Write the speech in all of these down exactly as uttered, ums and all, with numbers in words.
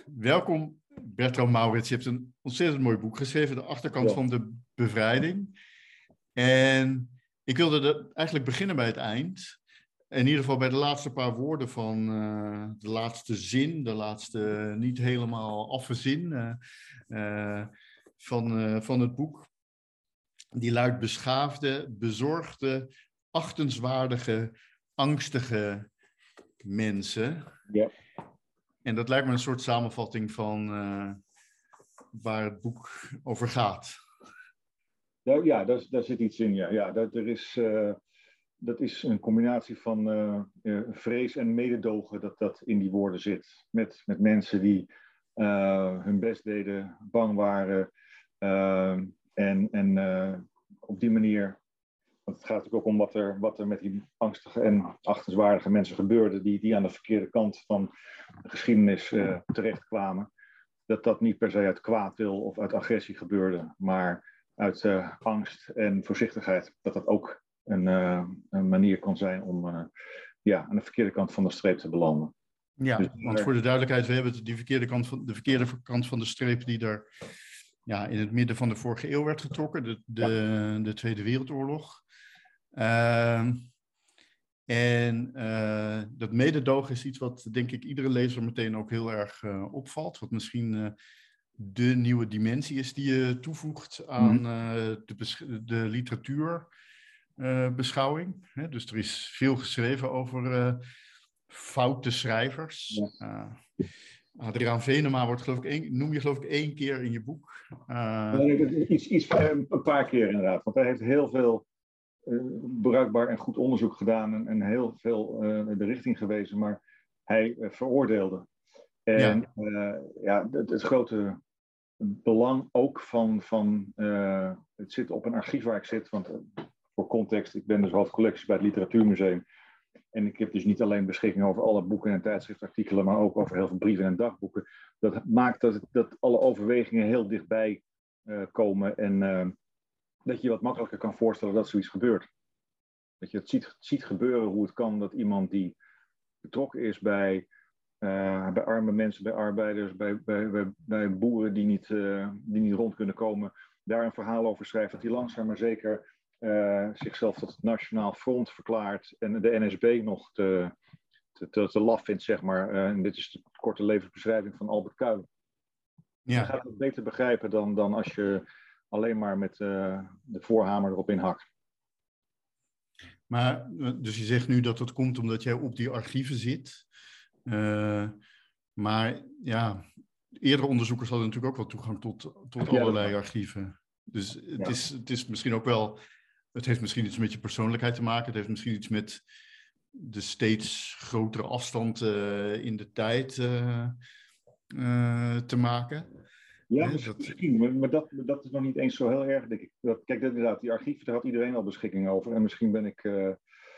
Welkom Bertram Maurits. Je hebt een ontzettend mooi boek geschreven, De Achterkant Ja. van de Bevrijding. En ik wilde de, eigenlijk beginnen bij het eind. In ieder geval bij de laatste paar woorden van uh, de laatste zin, de laatste niet helemaal affe zin uh, uh, van, uh, van het boek. Die luidt: beschaafde, bezorgde, achtenswaardige, angstige mensen. Ja. En dat lijkt me een soort samenvatting van uh, waar het boek over gaat. Nou, ja, daar, daar zit iets in. Ja, ja dat, er is, uh, dat is een combinatie van uh, uh, vrees en mededogen dat dat in die woorden zit. Met, met mensen die uh, hun best deden, bang waren. Uh, en en uh, op die manier... Want het gaat natuurlijk ook om wat er, wat er met die angstige en achtenswaardige mensen gebeurde, die, die aan de verkeerde kant van de geschiedenis uh, terechtkwamen. Dat dat niet per se uit kwaadwil of uit agressie gebeurde, maar uit uh, angst en voorzichtigheid. Dat dat ook een, uh, een manier kon zijn om uh, ja, aan de verkeerde kant van de streep te belanden. Ja, dus, want uh, voor de duidelijkheid, we hebben die verkeerde kant van, de verkeerde kant van de streep die er ja, in het midden van de vorige eeuw werd getrokken, de, de, ja. de Tweede Wereldoorlog. Uh, en uh, dat mededogen is iets wat, denk ik, iedere lezer meteen ook heel erg uh, opvalt. Wat misschien uh, de nieuwe dimensie is die je toevoegt aan uh, de, besch- de literatuurbeschouwing. Uh, dus er is veel geschreven over uh, foute schrijvers. Uh, Adriaan Venema wordt, geloof ik, één, noem je geloof ik één keer in je boek. Uh, nee, iets, iets, een paar keer inderdaad, want hij heeft heel veel... Uh, bruikbaar en goed onderzoek gedaan en, en heel veel uh, de richting gewezen, maar hij uh, veroordeelde. En ja, uh, ja het, het grote belang ook van, van uh, het zitten op een archief waar ik zit, want uh, voor context, ik ben dus hoofdcollecties bij het Literatuurmuseum en ik heb dus niet alleen beschikking over alle boeken en tijdschriftartikelen, maar ook over heel veel brieven en dagboeken. Dat maakt dat, dat alle overwegingen heel dichtbij uh, komen en uh, dat je wat makkelijker kan voorstellen dat zoiets gebeurt. Dat je het ziet, ziet gebeuren hoe het kan dat iemand die betrokken is bij, uh, bij arme mensen, bij arbeiders, bij, bij, bij, bij boeren die niet, uh, die niet rond kunnen komen, daar een verhaal over schrijft, dat hij langzaam maar zeker uh, zichzelf tot het Nationaal Front verklaart en de N S B nog te, te, te, te laf vindt, zeg maar. Uh, en dit is de korte levensbeschrijving van Albert Kuijlen. Ja. Je gaat het beter begrijpen dan, dan als je alleen maar met uh, de voorhamer erop inhakt. Maar, dus je zegt nu dat dat komt omdat jij op die archieven zit. Uh, maar ja, eerdere onderzoekers hadden natuurlijk ook wel toegang tot, tot ja, allerlei archieven. Dus het, ja. is, het is misschien ook wel... Het heeft misschien iets met je persoonlijkheid te maken. Het heeft misschien iets met de steeds grotere afstand uh, in de tijd uh, uh, te maken. Ja, nee, misschien, dat... misschien, maar dat, dat is nog niet eens zo heel erg, denk ik. Dat, kijk, inderdaad, die archieven, daar had iedereen al beschikking over. En misschien ben ik, uh,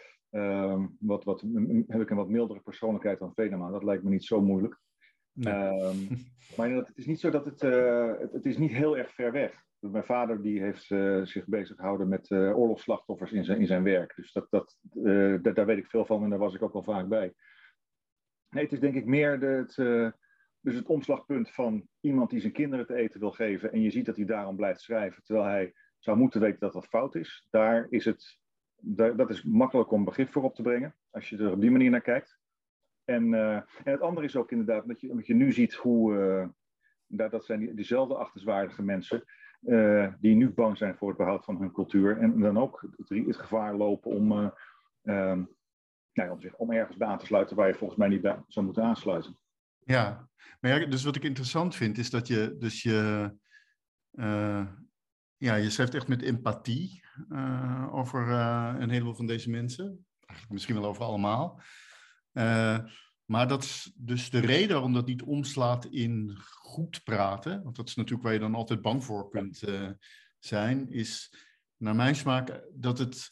uh, wat, wat, heb ik een wat mildere persoonlijkheid dan Venema. Dat lijkt me niet zo moeilijk. Nee. Um, maar het is niet zo dat het, uh, het, het is niet heel erg ver weg. Mijn vader die heeft uh, zich bezig gehouden met uh, oorlogsslachtoffers in zijn, in zijn werk. Dus dat, dat, uh, dat, daar weet ik veel van en daar was ik ook al vaak bij. Nee, het is denk ik meer de... Het, uh, Dus het omslagpunt van iemand die zijn kinderen te eten wil geven en je ziet dat hij daarom blijft schrijven, terwijl hij zou moeten weten dat dat fout is, daar is het, daar, dat is makkelijk om begrip voor op te brengen, als je er op die manier naar kijkt. En, uh, en het andere is ook inderdaad, dat je, dat je nu ziet hoe, uh, dat, dat zijn die, diezelfde achtenswaardige mensen, uh, die nu bang zijn voor het behoud van hun cultuur en dan ook het, het gevaar lopen om, uh, um, nou, om, zich, om ergens bij aan te sluiten waar je volgens mij niet bij zou moeten aansluiten. Ja, maar ja, dus wat ik interessant vind is dat je, dus je, uh, ja, je schrijft echt met empathie uh, over uh, een heleboel van deze mensen. Eigenlijk misschien wel over allemaal. Uh, maar dat is dus de reden waarom dat niet omslaat in goed praten, want dat is natuurlijk waar je dan altijd bang voor kunt uh, zijn, is naar mijn smaak dat het...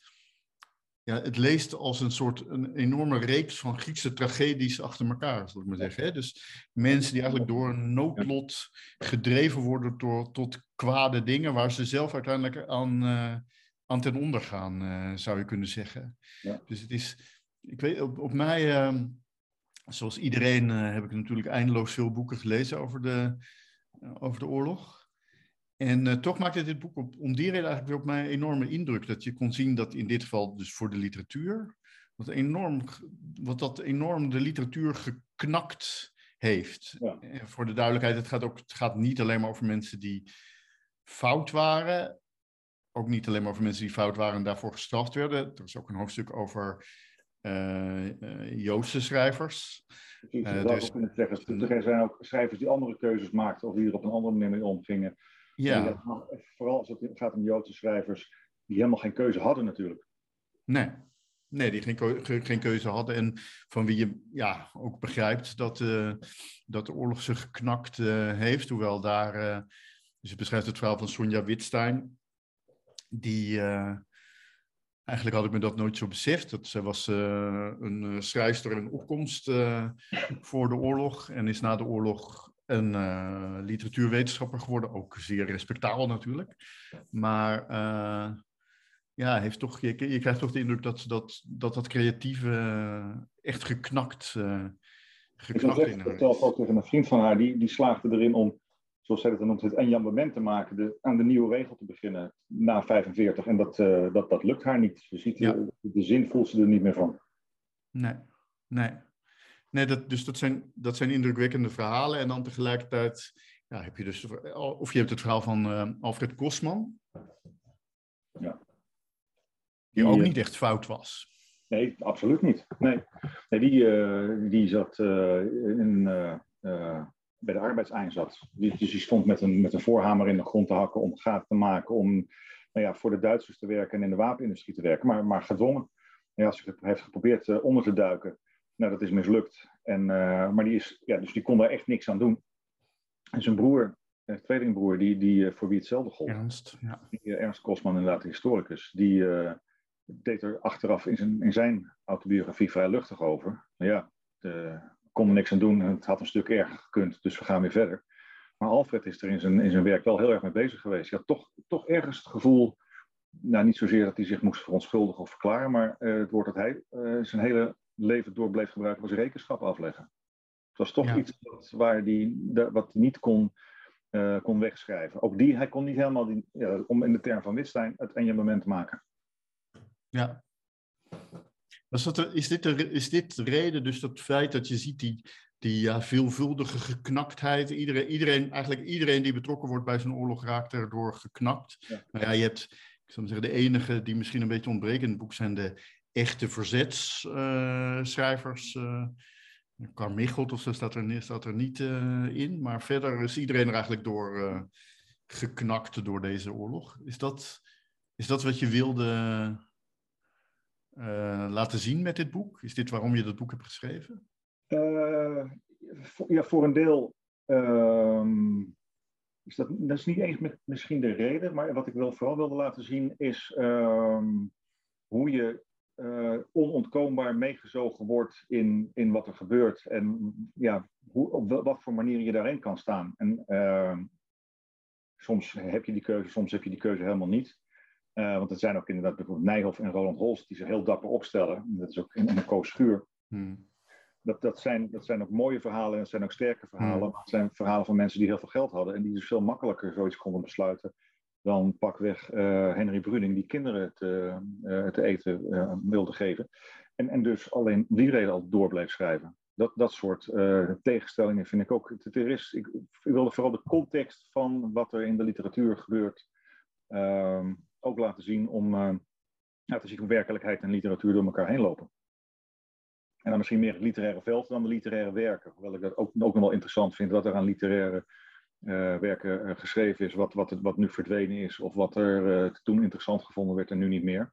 Ja, het leest als een soort een enorme reeks van Griekse tragedies achter elkaar, zal ik maar zeggen. Hè? Dus mensen die eigenlijk door een noodlot gedreven worden door, tot kwade dingen, waar ze zelf uiteindelijk aan, uh, aan ten onder gaan, uh, zou je kunnen zeggen. Ja. Dus het is, ik weet, op, op mij uh, zoals iedereen uh, heb ik natuurlijk eindeloos veel boeken gelezen over de, uh, over de oorlog. En uh, toch maakte dit boek op, om die reden eigenlijk weer op mij een enorme indruk. Dat je kon zien dat in dit geval dus voor de literatuur, wat, enorm, wat dat enorm de literatuur geknakt heeft. Ja. En voor de duidelijkheid, het gaat, ook, het gaat niet alleen maar over mensen die fout waren. Ook niet alleen maar over mensen die fout waren en daarvoor gestraft werden. Er is ook een hoofdstuk over uh, uh, Joodse schrijvers. Precies, dat uh, zou dus, ik kunnen zeggen. Er zijn ook schrijvers die andere keuzes maakten of die er op een andere manier mee omgingen. Ja. Ja, vooral als het gaat om Joodse schrijvers die helemaal geen keuze hadden natuurlijk. Nee, nee die geen, geen keuze hadden en van wie je ja, ook begrijpt dat, uh, dat de oorlog zich geknakt uh, heeft. Hoewel daar, uh, dus je beschrijft het verhaal van Sonja Witstein, die, uh, eigenlijk had ik me dat nooit zo beseft. Dat, zij was uh, een schrijfster in opkomst uh, voor de oorlog en is na de oorlog een uh, literatuurwetenschapper geworden. Ook zeer respectabel natuurlijk. Maar uh, ja, heeft toch, je, je krijgt toch de indruk dat dat, dat, dat creatieve uh, echt geknakt, uh, geknakt ik in haar is. Zelf ook tegen een vriend van haar, die, die slaagde erin om, zoals zij het dan noemt, het enjambement te maken, de, aan de nieuwe regel te beginnen na vijfenveertig. En dat, uh, dat, dat lukt haar niet. Je ziet, ja. de, de zin voelt ze er niet meer van. Nee, nee. nee dat, dus dat zijn, dat zijn indrukwekkende verhalen. En dan tegelijkertijd ja, heb je dus, of je hebt het verhaal van uh, Alfred Kosman. Ja. Die, die ook niet echt fout was. Nee, absoluut niet. Nee, nee die, uh, die zat uh, in, uh, uh, bij de arbeidseinsatz. Die, dus die stond met een, met een voorhamer in de grond te hakken om gaten te maken, om nou ja, voor de Duitsers te werken en in de wapenindustrie te werken, maar, maar gedwongen. Ja, ze heeft geprobeerd uh, onder te duiken. Nou, dat is mislukt. En, uh, maar die, is, ja, dus die kon daar echt niks aan doen. En zijn broer, zijn tweelingbroer, die, die, uh, voor wie hetzelfde gold. Ernst, ja. Die, uh, Ernst Kosman, inderdaad, de historicus, die uh, deed er achteraf in zijn, in zijn autobiografie vrij luchtig over. Nou ja, de, kon er niks aan doen. Het had een stuk erger gekund, dus we gaan weer verder. Maar Alfred is er in zijn, in zijn werk wel heel erg mee bezig geweest. Hij had toch, toch ergens het gevoel, nou niet zozeer dat hij zich moest verontschuldigen of verklaren, maar uh, het woord dat hij uh, zijn hele leven door bleef gebruiken was rekenschap afleggen. Het was toch ja. iets wat, waar die, de, wat hij niet kon, uh, kon wegschrijven. Ook die, hij kon niet helemaal, die, ja, om in de term van Witstein, het enjambement maken. Ja. Was dat er, is, dit de, is dit de reden, dus dat feit dat je ziet die, die ja, veelvuldige geknaktheid, iedereen, iedereen, eigenlijk iedereen die betrokken wordt bij zo'n oorlog raakt erdoor geknakt. Ja. Nou ja, je hebt, ik zou maar zeggen, de enige die misschien een beetje ontbreken in het boek zijn de echte verzetsschrijvers. Uh, uh, Carmichelt of zo staat er, staat er niet uh, in, maar verder is iedereen er eigenlijk door uh, geknakt door deze oorlog. Is dat, is dat wat je wilde uh, laten zien met dit boek? Is dit waarom je dat boek hebt geschreven? Uh, voor, ja, voor een deel uh, is dat, dat is niet eens met, misschien de reden, maar wat ik wel vooral wilde laten zien is uh, hoe je uh, onontkoombaar meegezogen wordt in, in wat er gebeurt en ja, hoe, op wat voor manier je daarin kan staan. En uh, soms heb je die keuze, soms heb je die keuze helemaal niet. Uh, want er zijn ook inderdaad bijvoorbeeld Nijhoff en Roland Holst die zich heel dapper opstellen. Dat is ook in, in een Koos Schuur. Hmm. Dat, dat, zijn, dat zijn ook mooie verhalen en dat zijn ook sterke verhalen. Hmm. Maar het zijn verhalen van mensen die heel veel geld hadden en die dus veel makkelijker zoiets konden besluiten dan pakweg uh, Henry Bruning die kinderen te, uh, te eten uh, wilde geven. En, en dus alleen om die reden al door bleef schrijven. Dat, dat soort uh, tegenstellingen vind ik ook. Het, er is, ik, ik wilde vooral de context van wat er in de literatuur gebeurt uh, ook laten zien om uh, ja, te zien hoe werkelijkheid en literatuur door elkaar heen lopen. En dan misschien meer het literaire veld dan de literaire werken. Hoewel ik dat ook, ook nog wel interessant vind wat er aan literaire uh, werken uh, geschreven is. Wat, wat, het, wat nu verdwenen is. Of wat er uh, toen interessant gevonden werd en nu niet meer.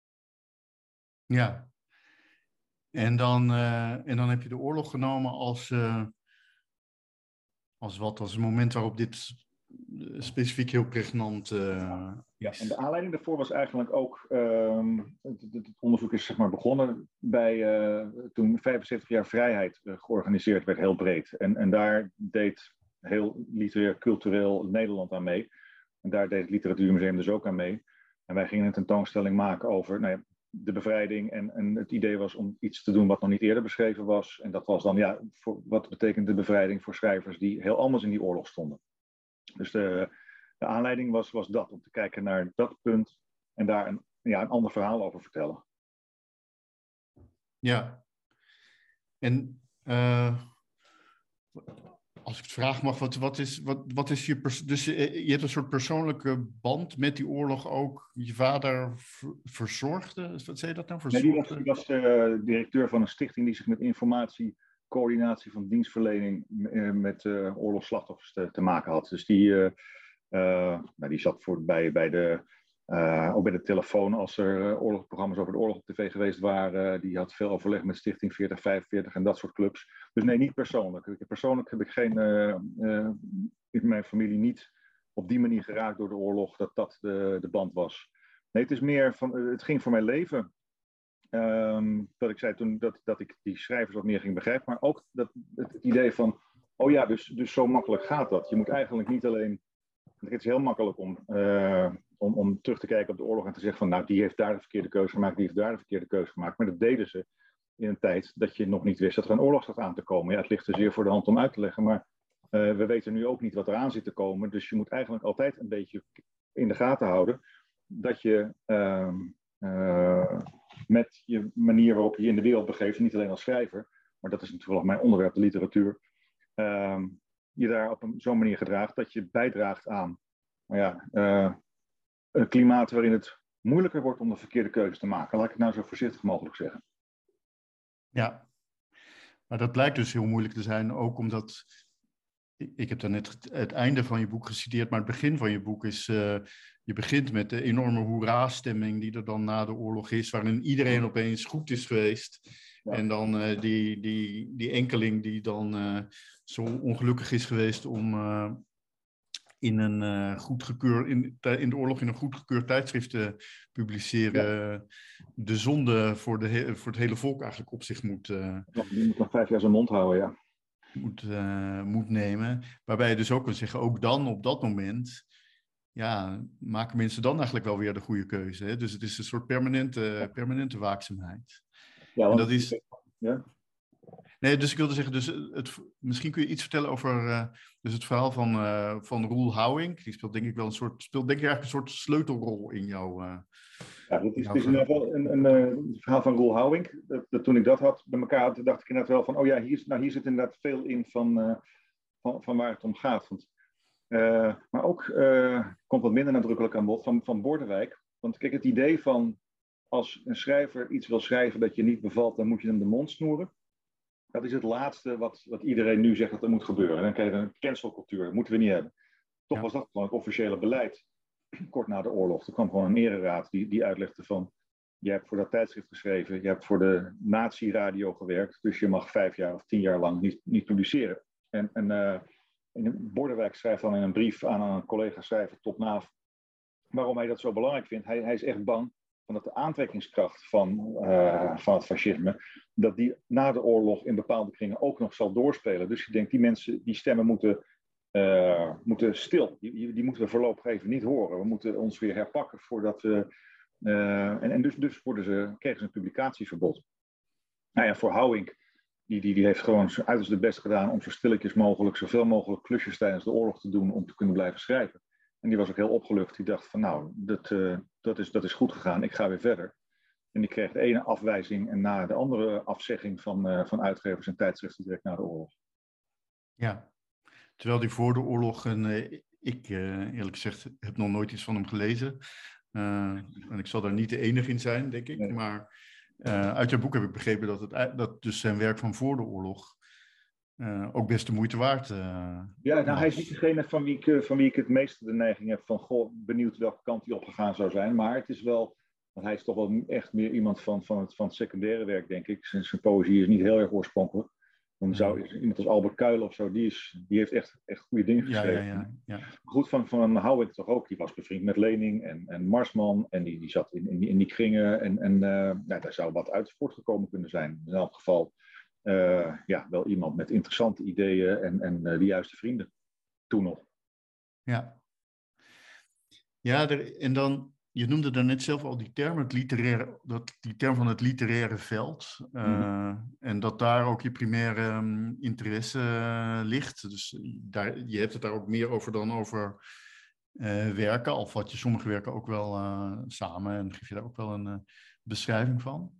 Ja. En dan, uh, en dan heb je de oorlog genomen als, uh, als wat? Als een moment waarop dit specifiek heel pregnant uh, ja, en de aanleiding daarvoor was eigenlijk ook, um, het, het onderzoek is zeg maar begonnen bij uh, toen vijfenzeventig jaar vrijheid uh, georganiseerd werd, heel breed. En, en daar deed heel literair, cultureel Nederland aan mee. En daar deed het Literatuurmuseum dus ook aan mee. En wij gingen een tentoonstelling maken over, nou ja, de bevrijding en, en het idee was om iets te doen wat nog niet eerder beschreven was. En dat was dan, ja, voor, wat betekent de bevrijding voor schrijvers die heel anders in die oorlog stonden. Dus de, de aanleiding was, was dat, om te kijken naar dat punt en daar een, ja, een ander verhaal over vertellen. Ja. En uh, als ik het vraag mag, wat, wat, is, wat, wat is je... Pers- dus je, je hebt een soort persoonlijke band met die oorlog ook. Je vader ver, verzorgde? Wat zei je dat nou? Nee, die was, die was uh, directeur van een stichting die zich met informatie, coördinatie van dienstverlening uh, met uh, oorlogsslachtoffers te, te maken had. Dus die, uh, uh, nou, die zat voor, bij, bij de... Uh, ook bij de telefoon als er uh, oorlogsprogramma's over de oorlog op tv geweest waren. Uh, die had veel overleg met Stichting veertig vijfenveertig en dat soort clubs. Dus nee, niet persoonlijk. Persoonlijk heb ik geen, uh, uh, in mijn familie niet op die manier geraakt door de oorlog, dat dat de, de band was. Nee, het is meer van, uh, het ging voor mijn leven. Um, dat ik zei toen dat, dat ik die schrijvers wat meer ging begrijpen. Maar ook dat, het, het idee van, oh ja, dus, dus zo makkelijk gaat dat. Je moet eigenlijk niet alleen... Het is heel makkelijk om, uh, om, om terug te kijken op de oorlog en te zeggen van, nou, die heeft daar de verkeerde keuze gemaakt, die heeft daar de verkeerde keuze gemaakt. Maar dat deden ze in een tijd dat je nog niet wist dat er een oorlog zat aan te komen. Ja, het ligt er zeer voor de hand om uit te leggen, maar uh, we weten nu ook niet wat eraan zit te komen. Dus je moet eigenlijk altijd een beetje in de gaten houden dat je uh, uh, met je manier waarop je je in de wereld begeeft, niet alleen als schrijver, maar dat is natuurlijk mijn onderwerp, de literatuur, uh, je daar op een, zo'n manier gedraagt dat je bijdraagt aan maar ja, uh, een klimaat waarin het moeilijker wordt om de verkeerde keuzes te maken. Laat ik het nou zo voorzichtig mogelijk zeggen. Ja, maar dat blijkt dus heel moeilijk te zijn, ook omdat... Ik heb dan net het, het einde van je boek geciteerd, maar het begin van je boek is... Uh, je begint met de enorme hoera-stemming die er dan na de oorlog is, waarin iedereen opeens goed is geweest. Ja. En dan uh, die, die, die enkeling die dan uh, zo ongelukkig is geweest om uh, in een uh, goedgekeurd, in, in de oorlog in een goedgekeurd tijdschrift te publiceren, ja. de zonde voor, de, voor het hele volk eigenlijk op zich moet... Uh, die moet nog vijf jaar zijn mond houden, ja. Moet, uh, moet nemen. Waarbij je dus ook kan zeggen, ook dan op dat moment, ja, maken mensen dan eigenlijk wel weer de goede keuze. Hè? Dus het is een soort permanente, permanente waakzaamheid. Ja, want... En dat is... Ja. Nee, dus ik wilde zeggen, dus het, misschien kun je iets vertellen over uh, dus het verhaal van, uh, van Roel Houwink. Die speelt denk ik wel een soort, speelt denk ik eigenlijk een soort sleutelrol in jouw... Uh, ja, het is, het is inderdaad wel een, een, een, het verhaal van Roel Houwink. Dat, dat, toen ik dat had bij elkaar had, dacht ik inderdaad wel van, oh ja, hier, nou, hier zit inderdaad veel in van, uh, van, van waar het om gaat. Want, uh, maar ook, uh, komt wat minder nadrukkelijk aan bod, van, van Bordewijk. Want kijk, het idee van, als een schrijver iets wil schrijven dat je niet bevalt, dan moet je hem de mond snoeren. Dat is het laatste wat, wat iedereen nu zegt dat er moet gebeuren. En dan krijg je een cancelcultuur, dat moeten we niet hebben. Toch ja. was dat gewoon het officiële beleid. Kort na de oorlog. Er kwam gewoon een ereraad die, die uitlegde van... Je hebt voor dat tijdschrift geschreven, je hebt voor de nazi-radio gewerkt, dus je mag vijf jaar of tien jaar lang niet, niet publiceren. En, en uh, Bordewijk schrijft dan in een brief aan een collega-schrijver, Top Naaf, waarom hij dat zo belangrijk vindt. Hij, hij is echt bang dat de aantrekkingskracht van, uh, van het fascisme, dat die na de oorlog in bepaalde kringen ook nog zal doorspelen. Dus je denkt, die mensen, die stemmen moeten, uh, moeten stil. Die, die moeten we voorlopig even niet horen. We moeten ons weer herpakken voordat we... Uh, en, en dus, dus worden ze, kregen ze een publicatieverbod. Nou ja, voor Houwink, die, die, die heeft gewoon zijn uiterste best gedaan om zo stilletjes mogelijk, zoveel mogelijk klusjes tijdens de oorlog te doen om te kunnen blijven schrijven. En die was ook heel opgelucht. Die dacht van nou, dat, uh, dat, is, dat is goed gegaan, ik ga weer verder. En die kreeg de ene afwijzing en na de andere afzegging van, uh, van uitgevers en tijdschriften direct na de oorlog. Ja, terwijl die voor de oorlog, een, uh, ik uh, eerlijk gezegd heb nog nooit iets van hem gelezen. Uh, en ik zal daar niet de enige in zijn, denk ik. Nee. Maar uh, uit jouw boek heb ik begrepen dat, het, dat dus zijn werk van voor de oorlog uh, ook best de moeite waard uh, Ja, nou, was. Hij is niet degene van wie, ik, van wie ik het meeste de neiging heb van, goh, benieuwd welke kant hij opgegaan zou zijn. Maar het is wel, want hij is toch wel echt meer iemand van, van, het, van het secundaire werk, denk ik. Zijn, zijn poëzie is niet heel erg oorspronkelijk. Dan zou iemand als Albert Kuil of zo, die, is, die heeft echt, echt goede dingen geschreven. Ja, ja, ja, ja. Goed, van, van Houwink toch ook. Die was bevriend met Lening en, en Marsman. En die, die zat in, in, die, in die kringen. En, en uh, nou, daar zou wat uit voortgekomen kunnen zijn. In elk geval uh, ja, wel iemand met interessante ideeën en, en uh, de juiste vrienden. Toen nog. Ja. Ja, er, en dan... je noemde daarnet zelf al die term, het literaire, dat, die term van het literaire veld. Uh, mm-hmm. En dat daar ook je primaire um, interesse uh, ligt. Dus daar, je hebt het daar ook meer over dan over uh, werken. Al vat je sommige werken ook wel uh, samen en geef je daar ook wel een uh, beschrijving van.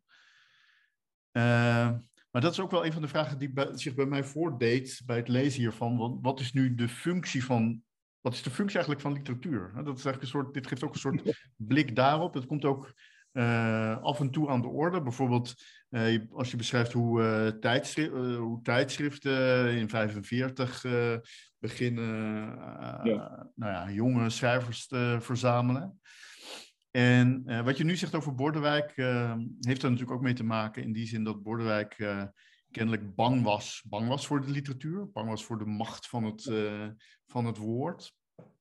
Uh, maar dat is ook wel een van de vragen die bij, zich bij mij voordeed bij het lezen hiervan. Wat, wat is nu de functie van... Wat is de functie eigenlijk van literatuur? Dat is eigenlijk een soort, dit geeft ook een soort blik daarop. Het komt ook uh, af en toe aan de orde. Bijvoorbeeld uh, als je beschrijft hoe, uh, tijdschrift, uh, hoe tijdschriften in vijfenveertig uh, beginnen uh, ja. Nou ja, jonge schrijvers te verzamelen. En uh, wat je nu zegt over Bordewijk uh, heeft er natuurlijk ook mee te maken in die zin dat Bordewijk uh, kennelijk bang was, bang was voor de literatuur, bang was voor de macht van het, uh, van het woord.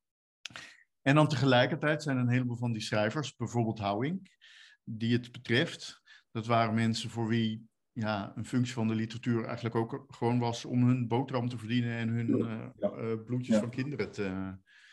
En dan tegelijkertijd zijn een heleboel van die schrijvers, bijvoorbeeld Houwink, die het betreft, dat waren mensen voor wie ja, een functie van de literatuur eigenlijk ook gewoon was om hun boterham te verdienen en hun uh, ja. uh, bloedjes ja. van kinderen te...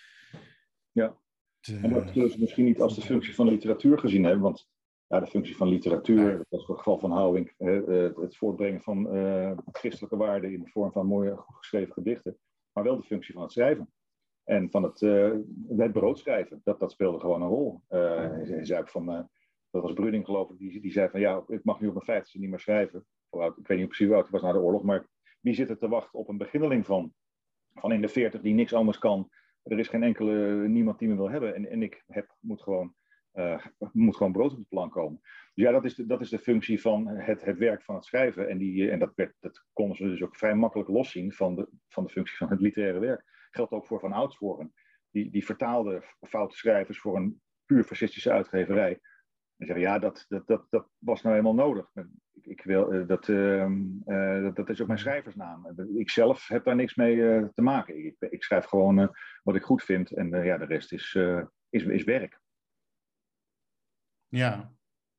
Ja, te, en dat zullen ze misschien niet als de functie van de literatuur gezien hebben, want ja, de functie van literatuur, ja. dat was het geval van Houwink, uh, het voortbrengen van uh, christelijke waarden in de vorm van mooie, goed geschreven gedichten, maar wel de functie van het schrijven. En van het, uh, het broodschrijven, dat, dat speelde gewoon een rol. Uh, hij zei ook van, uh, dat was Brüning geloof ik, die, die zei van ja, ik mag nu op mijn vijftigste niet meer schrijven. Oud, ik weet niet precies hoe oud ik was na de oorlog, maar wie zit er te wachten op een beginneling van, van in de veertig die niks anders kan. Er is geen enkele, niemand die me wil hebben en, en ik heb, moet, gewoon, uh, moet gewoon brood op de plank komen. Dus ja, dat is de, dat is de functie van het, het werk van het schrijven. En, die, en dat, werd, dat konden ze dus ook vrij makkelijk loszien van de, van de functie van het literaire werk. Geldt ook voor Van Oudshoorn. Die, die vertaalde foute schrijvers voor een puur fascistische uitgeverij. En zeggen, ja, dat, dat, dat, dat was nou helemaal nodig. Ik, ik wil, uh, dat, uh, uh, dat, dat is ook mijn schrijversnaam. Ik zelf heb daar niks mee uh, te maken. Ik, ik schrijf gewoon uh, wat ik goed vind. En uh, ja, de rest is, uh, is, is werk. Ja.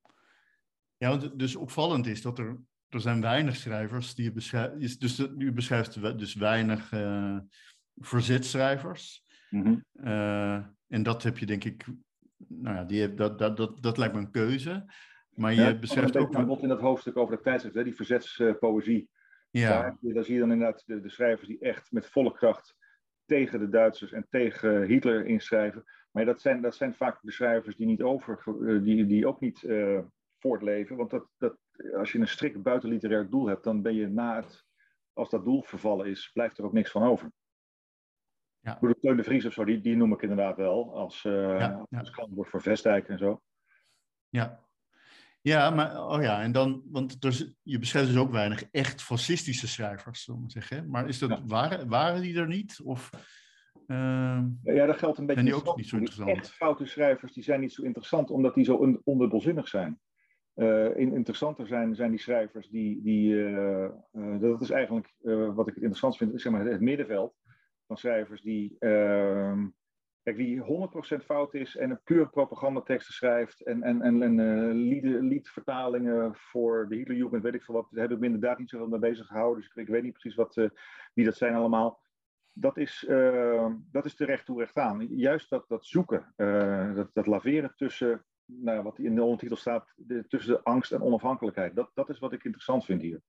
Ja, want dus opvallend is dat er, er zijn weinig schrijvers die je beschrijft. Dus u beschrijft dus weinig... Uh, verzetschrijvers. Mm-hmm. Uh, en dat heb je denk ik, nou ja, die heb, dat, dat, dat, dat lijkt me een keuze. Maar je ja, beschrijft ook... Wat in dat hoofdstuk over de tijdschrift, hè, die verzetspoëzie. Uh, ja. daar, daar zie je dan inderdaad de, de schrijvers die echt met volle kracht tegen de Duitsers en tegen Hitler inschrijven. Maar dat zijn, dat zijn vaak de schrijvers die, niet over, uh, die, die ook niet uh, voortleven. Want dat, dat, als je een strikt buitenliterair doel hebt, dan ben je na het, als dat doel vervallen is, blijft er ook niks van over. Ja. Teun de Vries of zo, die, die noem ik inderdaad wel als, uh, ja, ja. als klankwoord voor Vestdijk en zo. Ja, ja, maar oh ja, en dan, want er, je beschrijft dus ook weinig echt fascistische schrijvers, zullen we zeggen. Maar is dat, ja. waren, waren die er niet? Of uh, ja, dat geldt een beetje. Die ook niet zo interessant. Die echt foute schrijvers, die zijn niet zo interessant, omdat die zo ondubbelzinnig zijn. Uh, interessanter zijn, zijn die schrijvers die, die uh, uh, dat is eigenlijk uh, wat ik het interessant vind, zeg maar het middenveld. Van schrijvers die, uh, kijk, wie honderd procent fout is en een puur propagandateksten schrijft en, en, en, en uh, lied, liedvertalingen voor de Hitlerjugend, weet ik veel wat, daar heb ik me inderdaad niet zoveel mee bezig gehouden, dus ik, ik weet niet precies wat, uh, wie dat zijn allemaal. Dat is, uh, dat is terecht toe recht aan. Juist dat, dat zoeken, uh, dat, dat laveren tussen, nou, wat in de ondertitel staat, de, tussen de angst en onafhankelijkheid, dat, dat is wat ik interessant vind hier.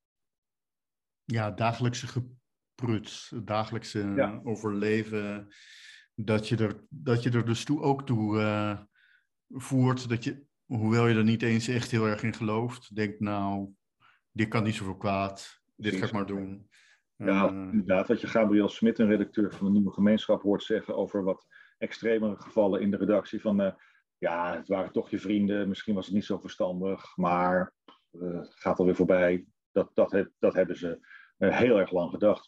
Ja, dagelijkse ge- Prut, het dagelijkse ja. overleven, dat je er, dat je er dus toe, ook toe uh, voert, dat je, hoewel je er niet eens echt heel erg in gelooft, denkt nou, dit kan niet zoveel kwaad, dit Precies. ga ik maar doen. Ja, uh, inderdaad, wat je Gabriel Smit, een redacteur van de Nieuwe Gemeenschap, hoort zeggen over wat extremere gevallen in de redactie van, uh, ja, het waren toch je vrienden, misschien was het niet zo verstandig, maar uh, het gaat alweer voorbij. Dat, dat, he, dat hebben ze uh, heel erg lang gedacht.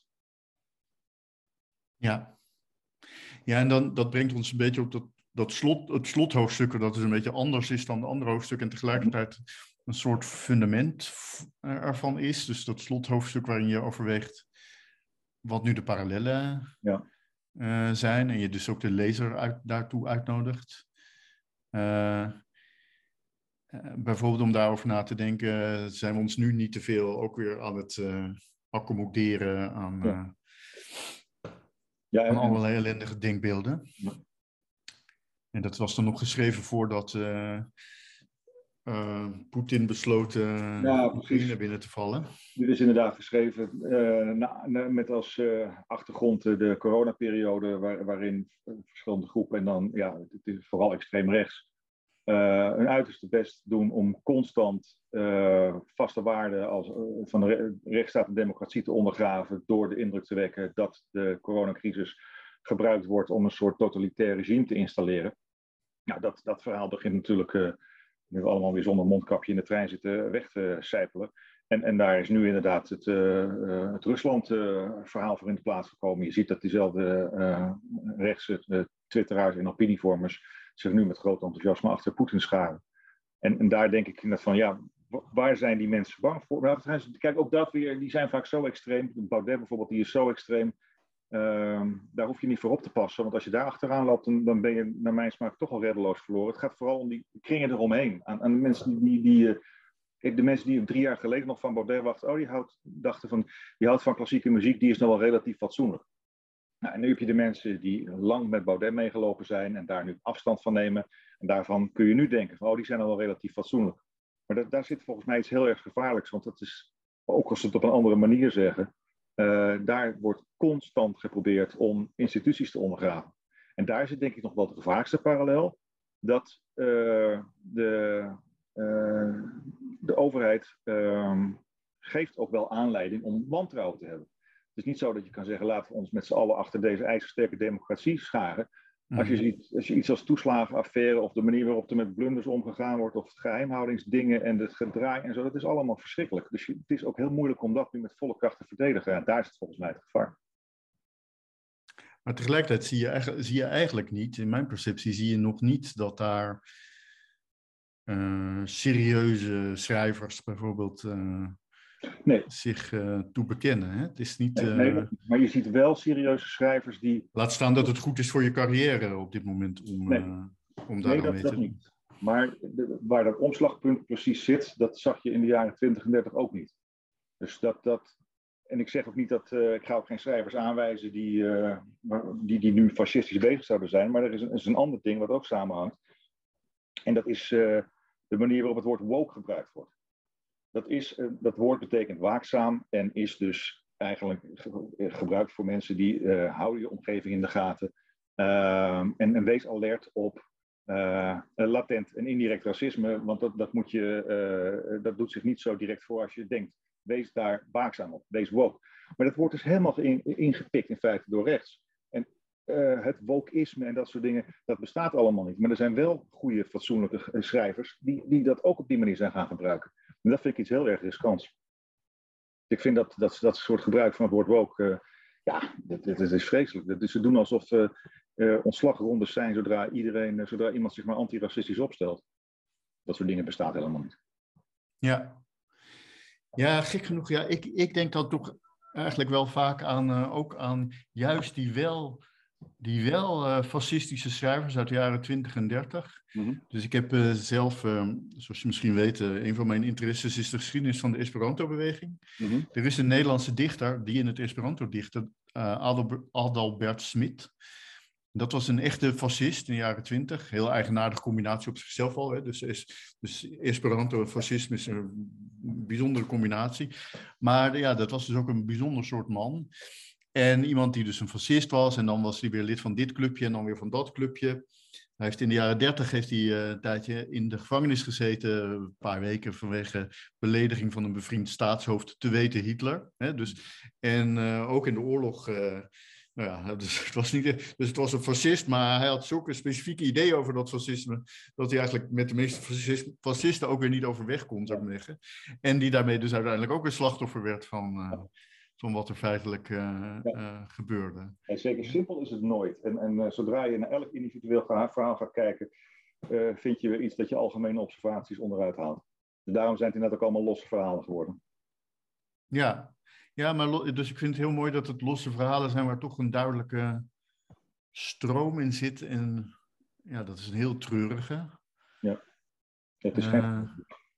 Ja. Ja, en dan, dat brengt ons een beetje op dat, dat slot, het slothoofdstuk, dat is een beetje anders is dan de andere hoofdstukken en tegelijkertijd een soort fundament ervan is. Dus dat slothoofdstuk waarin je overweegt wat nu de parallellen ja. uh, zijn en je dus ook de lezer uit, daartoe uitnodigt. Uh, uh, bijvoorbeeld om daarover na te denken, zijn we ons nu niet te veel ook weer aan het uh, accommoderen aan... Uh, ja. Ja, en, van allerlei ellendige denkbeelden. En dat was dan nog geschreven voordat uh, uh, Poetin besloot uh, Ja, Oekraïne binnen te vallen. Dit is inderdaad geschreven uh, na, na, met als uh, achtergrond uh, de coronaperiode waar, waarin verschillende groepen en dan, ja, het is vooral extreem rechts, uh, hun uiterste best doen om constant uh, vaste waarden als, uh, van de rechtsstaat en democratie te ondergraven door de indruk te wekken dat de coronacrisis gebruikt wordt om een soort totalitair regime te installeren. Nou, dat, dat verhaal begint natuurlijk, uh, nu we allemaal weer zonder mondkapje in de trein zitten, weg te sijpelen. En, en daar is nu inderdaad het, uh, uh, het Rusland-verhaal uh, voor in de plaats gekomen. Je ziet dat diezelfde uh, rechtse uh, twitteraars en opinievormers zich nu met groot enthousiasme achter Poetin scharen. En, en daar denk ik net van, ja, waar zijn die mensen bang voor? Nou, kijk, ook dat weer, die zijn vaak zo extreem. Baudet bijvoorbeeld, die is zo extreem. Uh, daar hoef je niet voor op te passen, want als je daar achteraan loopt, dan, dan ben je naar mijn smaak toch al reddeloos verloren. Het gaat vooral om die kringen eromheen. Aan, aan de mensen die... die uh, de mensen die drie jaar geleden nog van Baudet wachten, oh, die houdt, dachten van, die houdt van klassieke muziek, die is nog wel relatief fatsoenlijk. Nou, en nu heb je de mensen die lang met Baudet meegelopen zijn en daar nu afstand van nemen. En daarvan kun je nu denken van, oh, die zijn al wel relatief fatsoenlijk. Maar dat, daar zit volgens mij iets heel erg gevaarlijks, want dat is, ook als ze het op een andere manier zeggen, uh, daar wordt constant geprobeerd om instituties te ondergraven. En daar zit denk ik nog wel de gevaarlijkste parallel, dat uh, de... Uh, de overheid uh, geeft ook wel aanleiding om wantrouwen te hebben. Het is niet zo dat je kan zeggen, laten we ons met z'n allen achter deze ijzersterke democratie scharen. Mm. Als, je ziet, als je iets als toeslagenaffaire of de manier waarop er met blunders omgegaan wordt of geheimhoudingsdingen en het gedraai en zo, dat is allemaal verschrikkelijk. Dus je, het is ook heel moeilijk om dat nu met volle kracht te verdedigen. En daar is het volgens mij het gevaar. Maar tegelijkertijd zie je, eigenlijk, zie je eigenlijk niet, in mijn perceptie zie je nog niet dat daar Uh, serieuze schrijvers bijvoorbeeld uh, nee. zich uh, toe bekennen. Hè? Het is niet, uh, nee, nee, maar je ziet wel serieuze schrijvers die... Laat staan dat het goed is voor je carrière op dit moment om, nee. uh, om daar nee, dat, mee dat te doen. Niet. Maar de, waar dat omslagpunt precies zit, dat zag je in de jaren twintig en dertig ook niet. Dus dat... dat en ik zeg ook niet dat... Uh, ik ga ook geen schrijvers aanwijzen die, uh, die, die nu fascistisch bezig zouden zijn, maar er is een, is een ander ding wat ook samenhangt. En dat is... Uh, de manier waarop het woord woke gebruikt wordt. Dat, is, uh, dat woord betekent waakzaam en is dus eigenlijk ge- gebruikt voor mensen die uh, houden je omgeving in de gaten. Uh, en, en wees alert op uh, latent en indirect racisme, want dat, dat, moet je, uh, dat doet zich niet zo direct voor als je denkt. Wees daar waakzaam op, wees woke. Maar dat wordt dus helemaal in, ingepikt in feite door rechts. En Uh, het wokeïsme en dat soort dingen, dat bestaat allemaal niet. Maar er zijn wel goede, fatsoenlijke schrijvers die, die dat ook op die manier zijn gaan gebruiken. En dat vind ik iets heel erg riskants. Ik vind dat, dat, dat soort gebruik van het woord woke, uh, ja, dat, dat, dat is vreselijk. Dat is, ze doen alsof uh, uh, ontslagrondes zijn zodra, iedereen, uh, zodra iemand zich maar antiracistisch opstelt. Dat soort dingen bestaat helemaal niet. Ja, ja gek genoeg. Ja, ik, ik denk dan toch eigenlijk wel vaak aan, uh, ook aan juist die wel... Die wel uh, fascistische schrijvers uit de jaren twintig en dertig. Mm-hmm. Dus ik heb uh, zelf, uh, zoals je misschien weet, uh, een van mijn interesses is de geschiedenis van de Esperanto-beweging. Mm-hmm. Er is een Nederlandse dichter die in het Esperanto dichtte, uh, Adalbert, Adalbert Smit. Dat was een echte fascist in de jaren twintig. Heel eigenaardige combinatie op zichzelf al. Hè. Dus, is, dus Esperanto en fascisme is een bijzondere combinatie. Maar ja, dat was dus ook een bijzonder soort man. En iemand die dus een fascist was. En dan was hij weer lid van dit clubje en dan weer van dat clubje. Hij heeft in de jaren dertig heeft hij, uh, een tijdje in de gevangenis gezeten. Een paar weken vanwege belediging van een bevriend staatshoofd, te weten Hitler. Hè, dus, en uh, ook in de oorlog... Uh, nou ja, dus het, was niet, dus het was een fascist, maar hij had zulke specifieke ideeën over dat fascisme, dat hij eigenlijk met de meeste fascist, fascisten ook weer niet overweg kon, zou ik zeggen. En die daarmee dus uiteindelijk ook een slachtoffer werd van... Uh, van wat er feitelijk uh, ja. uh, gebeurde. En zeker simpel is het nooit. En, en uh, zodra je naar elk individueel verhaal gaat kijken, uh, vind je weer iets dat je algemene observaties onderuit haalt. Dus daarom zijn het net ook allemaal losse verhalen geworden. Ja, ja, maar lo- dus ik vind het heel mooi dat het losse verhalen zijn waar toch een duidelijke stroom in zit. En ja, dat is een heel treurige. Ja, het is geen... Uh,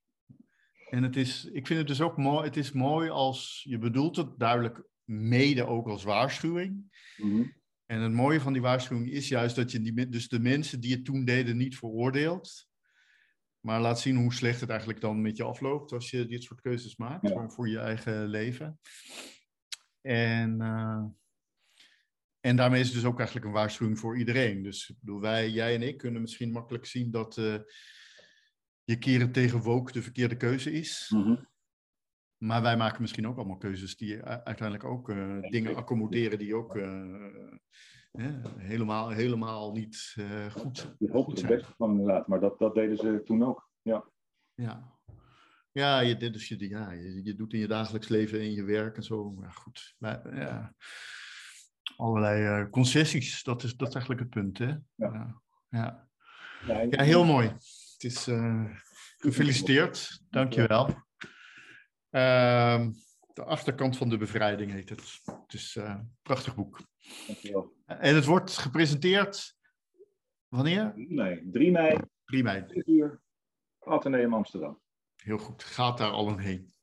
En het is, ik vind het dus ook mooi, het is mooi als, je bedoelt het duidelijk mede ook als waarschuwing. Mm-hmm. En het mooie van die waarschuwing is juist dat je die, dus de mensen die het toen deden niet veroordeelt. Maar laat zien hoe slecht het eigenlijk dan met je afloopt als je dit soort keuzes maakt. Ja. Gewoon voor je eigen leven. En, uh, en daarmee is het dus ook eigenlijk een waarschuwing voor iedereen. Dus ik bedoel, wij, jij en ik kunnen misschien makkelijk zien dat uh, je keren tegen woke de verkeerde keuze is. Mm-hmm. Maar wij maken misschien ook allemaal keuzes die uiteindelijk ook uh, dingen accommoderen die ook uh, uh, helemaal, helemaal niet uh, goed, je hoopt goed het zijn. beste van inderdaad, maar dat, dat deden ze toen ook. Ja, ja. Ja, je, dus je, ja je, je doet in je dagelijks leven, in je werk en zo. Maar goed, maar, ja. allerlei uh, concessies, dat is, dat is eigenlijk het punt. Hè? Ja. Ja. Ja. Ja, ja, heel mooi. Het is uh, gefeliciteerd, dankjewel. Uh, de achterkant van de bevrijding heet het. Het is uh, een prachtig boek. Dankjewel. En het wordt gepresenteerd, wanneer? drie mei. drie mei. drie mei. drie uur. Atheneum Amsterdam. Heel goed, gaat daar al een heen.